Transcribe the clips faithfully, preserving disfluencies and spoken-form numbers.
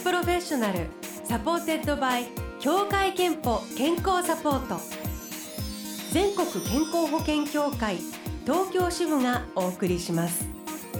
プロフェッショナルサポーテッドバイ協会憲法健康サポート、全国健康保険協会東京支部がお送りします。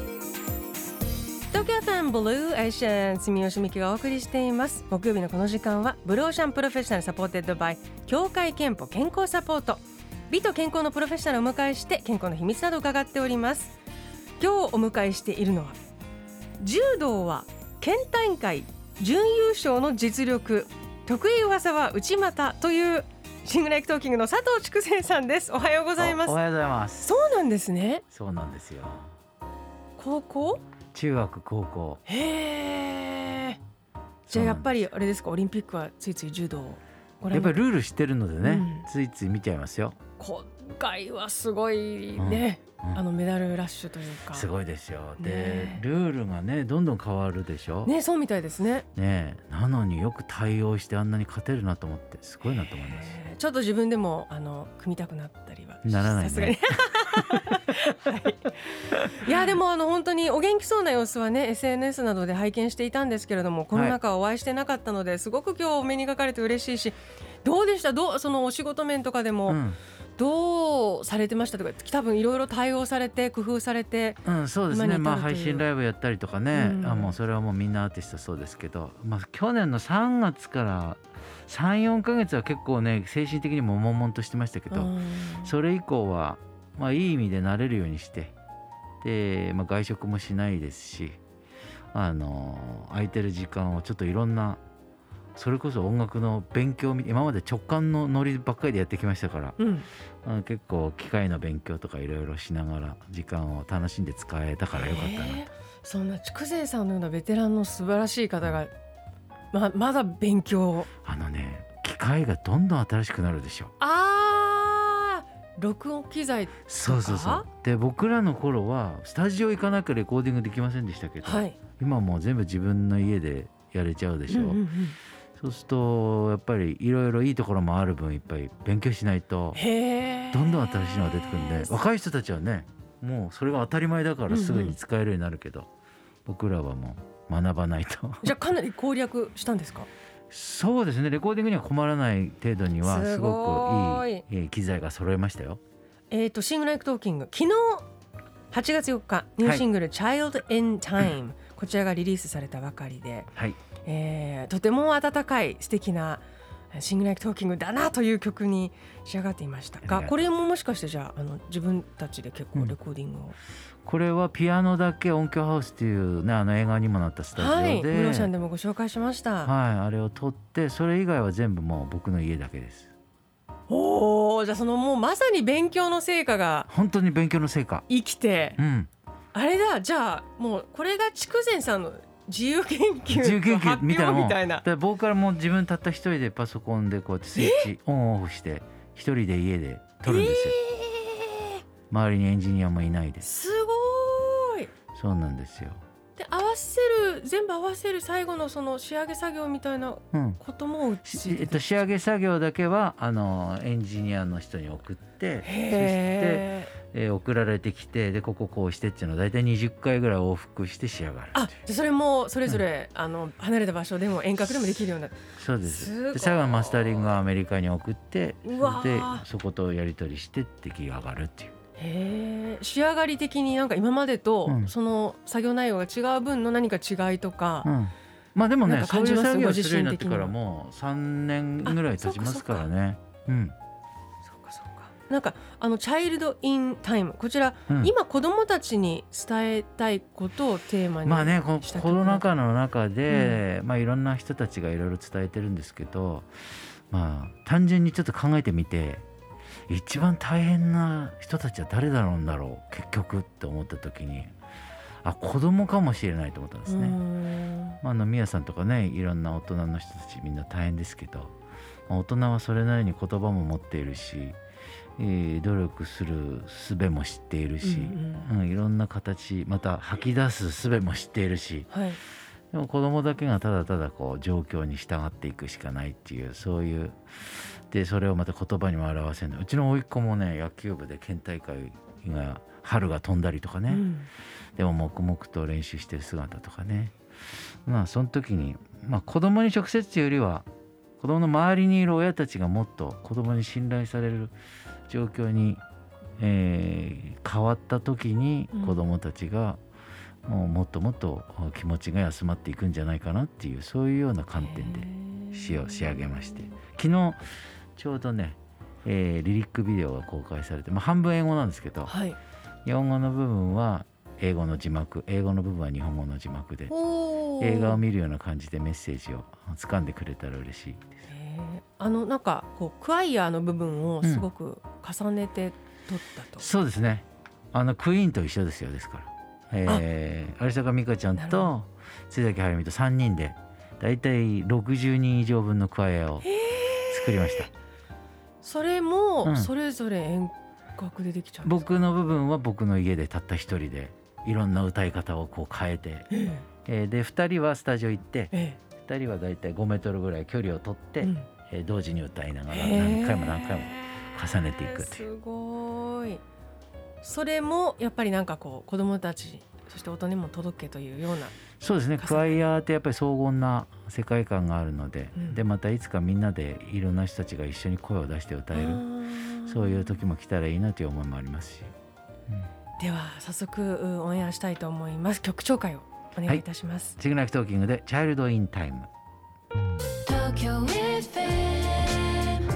東京 エフエム ブルーエーシャン住吉美希がお送りしています。木曜日のこの時間はブルーオーシャンプロフェッショナルサポーテッドバイ協会憲法健康サポート、美と健康のプロフェッショナルをお迎えして健康の秘密などを伺っております。今日お迎えしているのは、柔道は県大会準優勝の実力、得意技は内股というシングルエクトーキングの佐藤筑前さんです。おはようございます。 お、おはようございます。 そうなんですね。 そうなんですよ。 高校、 中学、高校。 へー。じゃあやっぱりあれですか、オリンピックはついつい柔道をご覧にやっぱりルール知ってるのでね、うん、ついつい見ちゃいますよ。 今回はすごいね、うんうん、あのメダルラッシュというかすごいですよ。で、ね、ルールがねどんどん変わるでしょ。 ね、そうみたいですね。 ね、なのによく対応してあんなに勝てるなと思ってすごいなと思います。 ちょっと自分でもあの組みたくなったりはならないね。 さすがにはい、いやでもあの本当にお元気そうな様子はね エスエヌエス などで拝見していたんですけれども、この中はお会いしてなかったので、はい、すごく今日お目にかかれて嬉しいし、どうでした？どうそのお仕事面とかでも、うん、どうされてましたとか、多分いろいろ対応されて工夫されて、 うん、そうですね、まあ、配信ライブやったりとかね、うん、あもうそれはもうみんなアーティストそうですけど、まあ、去年のさんがつからさん、よんかげつは結構ね精神的にも悶々としてましたけど、うん、それ以降は、まあ、いい意味で慣れるようにしてで、まあ、外食もしないですし、あの空いてる時間をちょっといろんなそれこそ音楽の勉強、今まで直感のノリばっかりでやってきましたから、うん、結構機械の勉強とかいろいろしながら時間を楽しんで使えたからよかったなと。 そんな筑前さんのようなベテランの素晴らしい方が ま, まだ勉強を、 あのね機械がどんどん新しくなるでしょ。 あー、録音機材とか。 そうそうそう。で僕らの頃はスタジオ行かなきゃレコーディングできませんでしたけど、はい、今もう全部自分の家でやれちゃうでしょ、うんうんうん。そうするとやっぱりいろいろいいところもある分いっぱい勉強しないとどんどん新しいのが出てくるんで、若い人たちはねもうそれが当たり前だからすぐに使えるようになるけど、うんうん、僕らはもう学ばないと。 じゃあかなり攻略したんですか？ そうですね、レコーディングには困らない程度にはすごくいい、いい機材が揃えましたよ。 えーとシングルエクトーキング、昨日はちがつよっかニューシングル、はい、Child in Time こちらがリリースされたばかりで、はい、えー、とても温かい素敵なシングルエクトーキングだなという曲に仕上がっていましたが、これももしかしてじゃあ、あの自分たちで結構レコーディングを、うん、 これはピアノだけ音響ハウスっていう、ね、あの映画にもなったスタジオで、はい、 ムロシャンでもご紹介しました、 はい、あれを撮って、それ以外は全部もう僕の家だけです。 おー、じゃあそのもうまさに勉強の成果が本当に勉強の成果生きて、 うん、 あれだ、じゃあもうこれが筑前さんの自由研究と発表みたいな。みたいな。 だ僕からもう自分たった一人でパソコンでこうやってスイッチオンオフして一人で家で撮るんですよ、えー、周りにエンジニアもいないです。 すごい。 そうなんですよ。 で合わせる全部合わせる最後のその仕上げ作業みたいなこともうち、 うんえっと、仕上げ作業だけはあのエンジニアの人に送って、そして、えー、送られてきて、でこここうしてっていうのをだいたいにじゅっかいぐらい往復して仕上がる。 あ、じゃそれもそれぞれ、うん、あの離れた場所でも遠隔でもできるような。 そうです。で最後のマスタリングはアメリカに送って、でそことやり取りして出来上がるっていう。 へー、仕上がり的になんか今までとその作業内容が違う分の何か違いとか、うん、 まあでもねそういう作業するようになってからもうさんねんぐらい経ちますからね。うん、 そうかそうか。なんかあのチャイルドインタイム、こちら、うん、今子どもたちに伝えたいことをテーマにした、 まあね、こコロナ禍の中で、うん、まあいろんな人たちがいろいろ伝えてるんですけど、まあ単純にちょっと考えてみて、一番大変な人たちは誰だろうんだろう結局って思った時に、あ、子供かもしれないと思ったんですね。まあ、あの宮さんとかね、いろんな大人の人たちみんな大変ですけど、まあ、大人はそれなりに言葉も持っているし、えー、努力する術も知っているし、うんうんうん、いろんな形また吐き出す術も知っているし、はい、でも子供だけがただただこう状況に従っていくしかないっていう、そういうでそれをまた言葉にも表せるの。うちの甥っ子もね、野球部で県大会が春が飛んだりとかね、うん、でも黙々と練習してる姿とかね、まあその時にまあ、子供に直接というよりは子供の周りにいる親たちがもっと子供に信頼される状況に、えー変わった時に子供たちがもうもっともっと気持ちが休まっていくんじゃないかなっていう、そういうような観点で詩を仕上げまして、昨日ちょうどね、えーリリックビデオが公開されて、まあ、半分英語なんですけど、 はい、 日本語の部分は英語の字幕、英語の部分は日本語の字幕でおー映画を見るような感じでメッセージを掴んでくれたら嬉しいです。 へーあのなんかこうクワイアの部分をすごく重ねて撮ったと、 そうですね、あのクイーンと一緒ですよ。ですから、えー、有坂美香ちゃんと津崎はるみとさんにんでだいたいろくじゅうにん以上分のクワイアを作りました。 それもそれぞれ遠隔でできちゃうんですか？ 僕の部分は僕の家でたった一人でいろんな歌い方をこう変えて、 ええーでふたりはスタジオ行ってえふたりはだいたいごメートルぐらい距離を取って、 うんえー同時に歌いながらへー何回も何回も重ねていくという。 すごい。それもやっぱりなんかこう子どもたちそして大人にも届けというような。 そうですね、クワイアってやっぱり荘厳な世界観があるので、 うん、 でまたいつかみんなでいろんな人たちが一緒に声を出して歌える、そういう時も来たらいいなという思いもありますし、うん、 では早速オンエアしたいと思います。曲紹介をお願いいたします。 はい、ジグナフトーキングでチャイルドインタイム。 東京 エフエム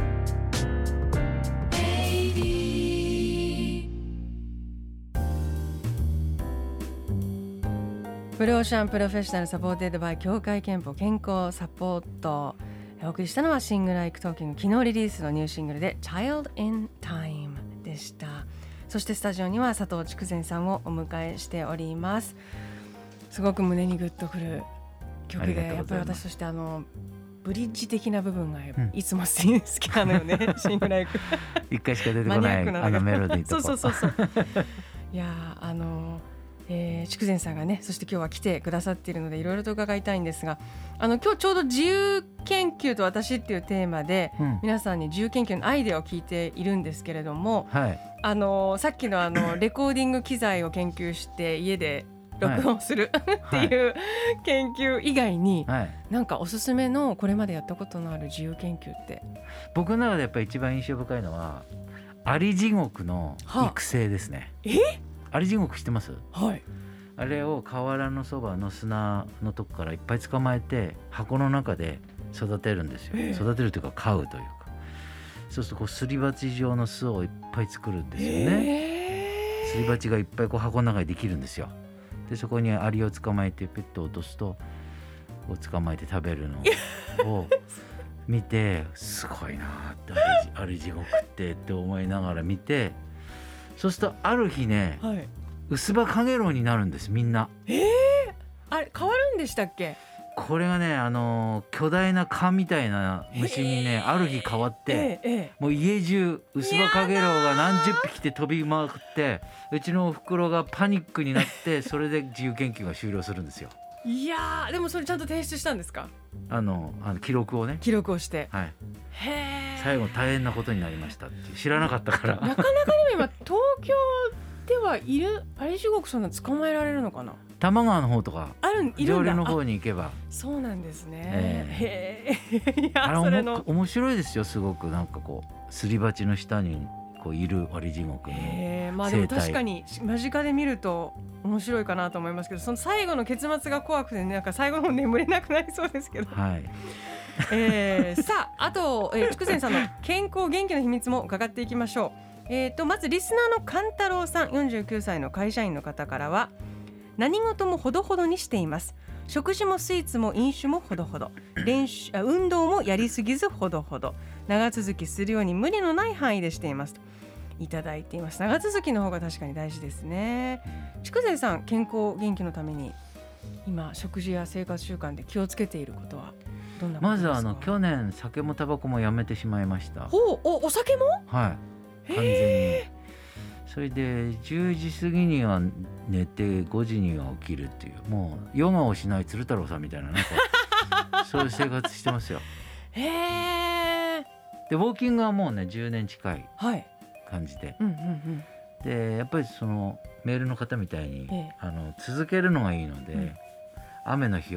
ブルーオーシャンプロフェッショナルサポーテッドバイ協会憲法健康サポート、お送りしたのはシングライクトーキング、昨日リリースのニューシングルで Child in Time でした。そしてスタジオには佐藤筑前さんをお迎えしております。すごく胸にグッとくる曲で、やっぱり私としてあのブリッジ的な部分がいつも好きなのよね、うん、シングライク一回しか出てこないあのメロディーとかそうそうそうそういやあのえー、筑前さんがね、そして今日は来てくださっているのでいろいろと伺いたいんですが、あの今日ちょうど自由研究と私っていうテーマで、うん、皆さんに自由研究のアイデアを聞いているんですけれども、はい、あのさっきのあのレコーディング機材を研究して家で録音する、はい、っていう研究以外に、はい、なんかおすすめのこれまでやったことのある自由研究って？ 僕の中でやっぱり一番印象深いのはアリ地獄の育成ですね。 はあ、えアリ地獄知ってます？ はい。あれを河原のそばの砂のとこからいっぱい捕まえて箱の中で育てるんですよ、えー、育てるというか飼うというか、そうするとこうすり鉢状の巣をいっぱい作るんですよね、えー、すり鉢がいっぱいこう箱の中にできるんですよ。でそこにアリを捕まえてペットを落とすとこう捕まえて食べるのを見てすごいなってアリ地獄ってって思いながら見て、そうするとある日ね、はい、薄葉かげろうになるんです、みんな。 えー、あれ変わるんでしたっけ？ これがね、あの巨大な蚊みたいな虫にね、ある日変わって、えーえー、もう家中薄葉かげろうが何十匹で飛び回って、うちのおふくろがパニックになってそれで自由研究が終了するんですよ。 いやでもそれちゃんと提出したんですか？ あのあの記録をね記録をして、 はい、へ最後大変なことになりましたって知らなかったから。なかなかでも今東京ではいるアリ地獄、そんな捕まえられるのかな？ 多摩川の方とかあるいるんだ、 上流の方に行けば。 そうなんですね、 えー、へいやあれそれの面白いですよ、すごく。なんかこうすり鉢の下にこういるアリ地獄の生態、 まあ、でも確かに間近で見ると面白いかなと思いますけど、その最後の結末が怖くて、ね、なんか最後の方眠れなくなりそうですけど、 はいえー、さああと、えー、筑前さんの健康元気の秘密も伺っていきましょう。えー、とまずリスナーの勘太郎さん、よんじゅうきゅうさいの会社員の方からは、何事もほどほどにしています。食事もスイーツも飲酒もほどほど、練習あ運動もやりすぎずほどほど、長続きするように無理のない範囲でしていますといただいています。長続きの方が確かに大事ですね。筑前さん、健康元気のために今食事や生活習慣で気をつけていることはどんなことですか？ まずあの去年酒もタバコもやめてしまいました。 ほう お, お酒もはい完全に。それでじゅうじ過ぎには寝てごじには起きるっていう、もうヨガをしない鶴太郎さんみたいな、なんかそういう生活してますよ。 へー。 でウォーキングはもうねじゅうねん近い感じで、 はいうんうんうん、 でやっぱりそのメールの方みたいに、ええ、あの続けるのがいいので、うん、雨の日は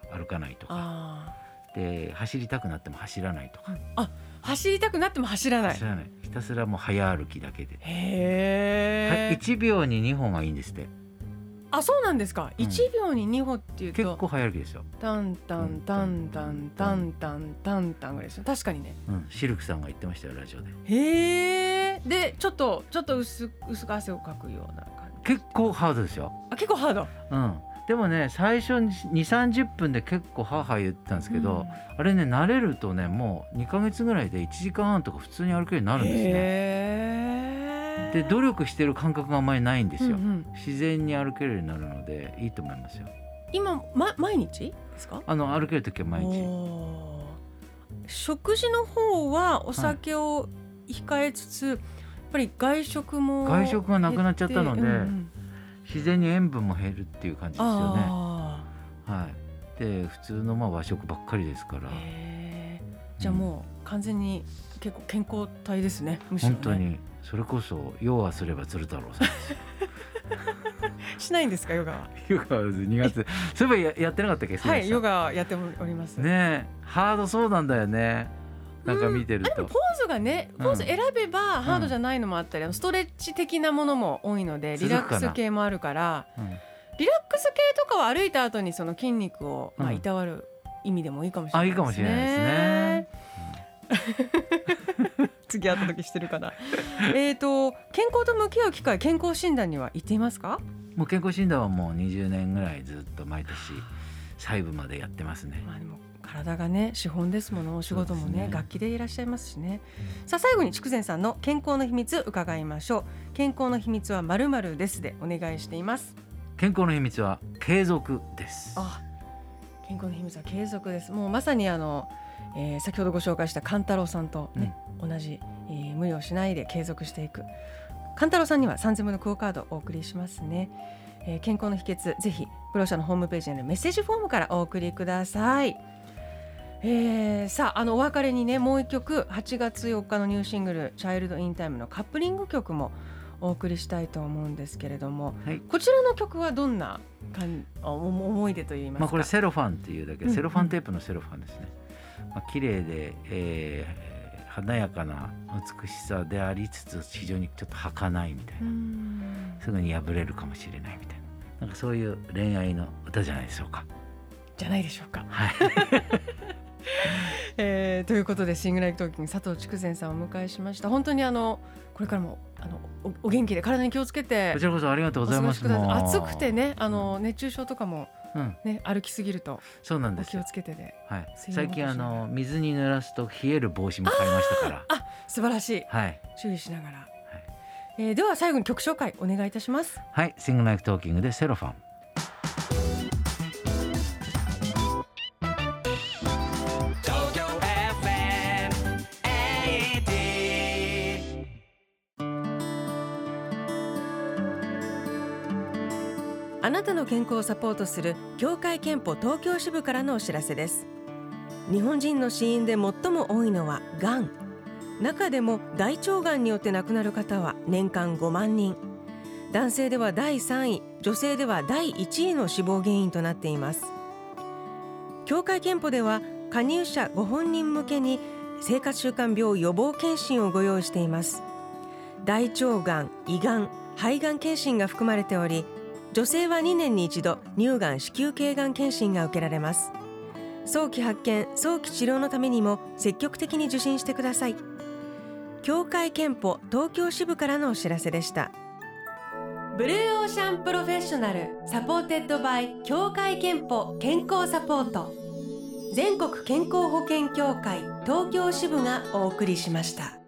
歩かないとかあで、走りたくなっても走らないとか、 あ、走りたくなっても走らない。 走らない、ひたすらもう早歩きだけで、 へえ。 いちびょうににほんがいいんですって。 あ、そうなんですか。 うんいちびょうににほっていうと結構早歩きですよ、 タンタンタンタンタンタンタンタンぐらいですよ。確かにね。 うん、シルクさんが言ってましたよラジオで。 へえ。でちょっとちょっと薄薄く汗をかくような感じ。 結構ハードですよ。 あ、結構ハード。 うんでもね、最初ににじゅうさんじゅっぷんで結構ハーハー言ってたんですけど、あれね、慣れるとね、もうにかげつぐらいでいちじかんはんとか普通に歩けるようになるんですね。 へで努力してる感覚があんまりないんですよ、 うんうん、 自然に歩けるようになるのでいいと思いますよ。 今、ま、毎日ですか？ あの歩けるときは毎日。 おー、食事の方はお酒を控えつつ、はい、やっぱり外食も外食がなくなっちゃったので、 うんうん、 自然に塩分も減るっていう感じですよね。 あ、 はい、で普通のまあ和食ばっかりですから。 へー、じゃあもう完全に結構健康体ですね。むしろね、 本当にそれこそヨガすれば鶴太郎さんですしないんですかヨガは？ ヨガはにがつそういえば や, やってなかったっけ？ はい、ヨガやっておりますね。ハードそうなんだよね、なんか見てると、 うん、でもポーズがね、ポーズ選べばハードじゃないのもあったり、うん、ストレッチ的なものも多いのでリラックス系もあるから、うん、リラックス系とかは歩いた後にその筋肉を、まあ、いたわる意味でもいいかもしれないですね。 あ、いいかもしれないですね、 うん、次会った時してるかなえーと健康と向き合う機会、健康診断には行っていますか？ もう健康診断はもうにじゅうねんぐらいずっと毎年細部までやってますね。 まあ、でも体がね資本ですもの。お仕事も ね, ね楽器でいらっしゃいますしね、うん、さあ最後に筑前さんの健康の秘密伺いましょう。健康の秘密は〇〇ですでお願いしています。 健康の秘密は継続です。 あ、健康の秘密は継続です。もうまさにあの、えー、先ほどご紹介した勘太郎さんと、ね、うん、同じ、えー、無理をしないで継続していく。勘太郎さんにはさんぜんぶんのクオカードをお送りしますね、えー、健康の秘訣ぜひブロー社のホームページにあるメッセージフォームからお送りください。えー、さあ、あのお別れにね、もう一曲はちがつよっかのニューシングルチャイルドインタイムのカップリング曲もお送りしたいと思うんですけれども、はい、こちらの曲はどんなかん思い出といいますか？ まあ、これセロファンっていうだけ、うんうん、セロファンテープのセロファンですね、まあ、綺麗で、えー、華やかな美しさでありつつ非常にちょっと儚いみたいな、すぐに破れるかもしれないみたいな、なんかそういう恋愛の歌じゃないでしょうか。 じゃないでしょうか、 はいえー、ということでシングライフトーキング佐藤筑前さんをお迎えしました。本当にあのこれからもあの お, お元気で体に気をつけて、 こちらこそありがとうございます。 暑くてね、あの熱中症とかも、ね、うん、歩きすぎるとそうなんですお気をつけてで、 はい、最近あの水に濡らすと冷える帽子も買いましたから、 ああ素晴らしい、 はい、 注意しながら、はい、えー、では最後に曲紹介お願いいたします。 はい、シングライフトーキングでセロファン。 あなたの健康をサポートする協会憲法東京支部からのお知らせです。日本人の死因で最も多いのはがん。中でも大腸がんによって亡くなる方は年間ごまんにん。男性ではだいさんい、女性ではだいいちいの死亡原因となっています。協会憲法では加入者ご本人向けに生活習慣病予防検診をご用意しています。大腸がん、胃がん、肺がん検診が含まれており、女性はにねんに一度乳がん子宮頸がん検診が受けられます。早期発見、早期治療のためにも積極的に受診してください。協会憲法東京支部からのお知らせでした。ブルーオーシャンプロフェッショナルサポーテッドバイ協会憲法健康サポート、全国健康保険協会東京支部がお送りしました。